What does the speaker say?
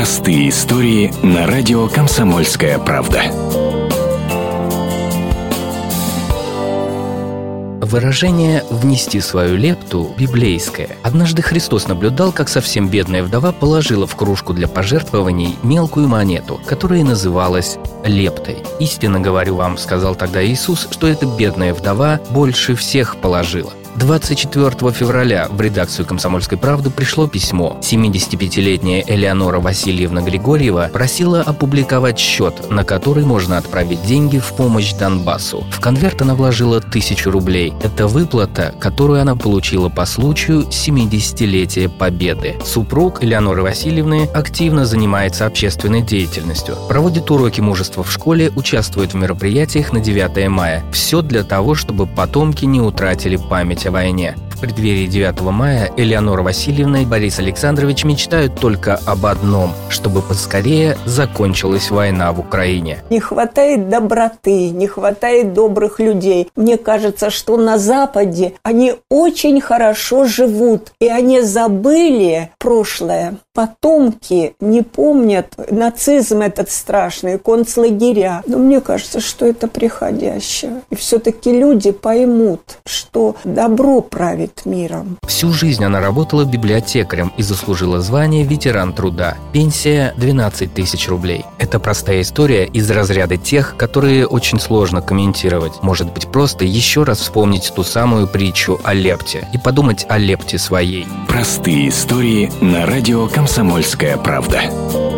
Простые истории на радио «Комсомольская правда». Выражение «внести свою лепту» библейское. Однажды Христос наблюдал, как совсем бедная вдова положила в кружку для пожертвований мелкую монету, которая называлась лептой. «Истинно говорю вам, — сказал тогда Иисус, — что эта бедная вдова больше всех положила». 24 февраля в редакцию «Комсомольской правды» пришло письмо. 75-летняя Элеонора Васильевна Григорьева просила опубликовать счет, на который можно отправить деньги в помощь Донбассу. В конверт она вложила 1000 рублей. Это выплата, которую она получила по случаю 70-летия Победы. Супруг Элеоноры Васильевны активно занимается общественной деятельностью. Проводит уроки мужества в школе, участвует в мероприятиях на 9 мая. Все для того, чтобы потомки не утратили память о войне. В преддверии 9 мая Элеонора Васильевна и Борис Александрович мечтают только об одном – чтобы поскорее закончилась война в Украине. Не хватает доброты, не хватает добрых людей. Мне кажется, что на Западе они очень хорошо живут, и они забыли прошлое. Потомки не помнят нацизм этот страшный, концлагеря. Но мне кажется, что это приходящее. И все-таки люди поймут, что добро правит миром. Всю жизнь она работала библиотекарем и заслужила звание ветеран труда. Пенсия – 12 тысяч рублей. Это простая история из разряда тех, которые очень сложно комментировать. Может быть, просто еще раз вспомнить ту самую притчу о лепте и подумать о лепте своей. Простые истории на радио «Комсомольская правда».